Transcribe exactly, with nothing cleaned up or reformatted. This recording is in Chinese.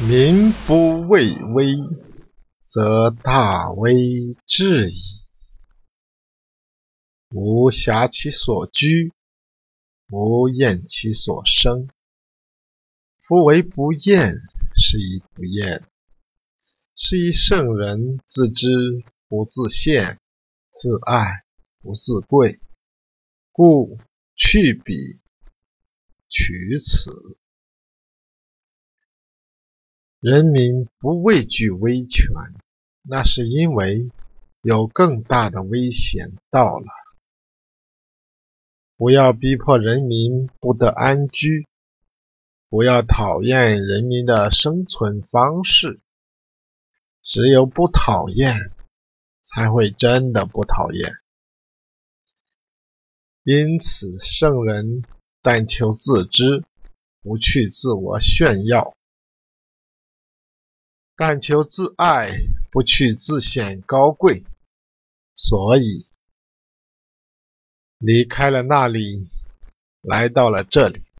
民不畏威，则大威至矣。吾暇其所居，吾厌其所生。夫为不厌，是以不厌。是以圣人自知不自见，自爱不自贵。故去彼，取此。人民不畏惧威权，那是因为有更大的危险到了。不要逼迫人民不得安居，不要讨厌人民的生存方式。只有不讨厌，才会真的不讨厌。因此圣人但求自知，不去自我炫耀；但求自爱，不去自显高贵。所以离开了那里，来到了这里。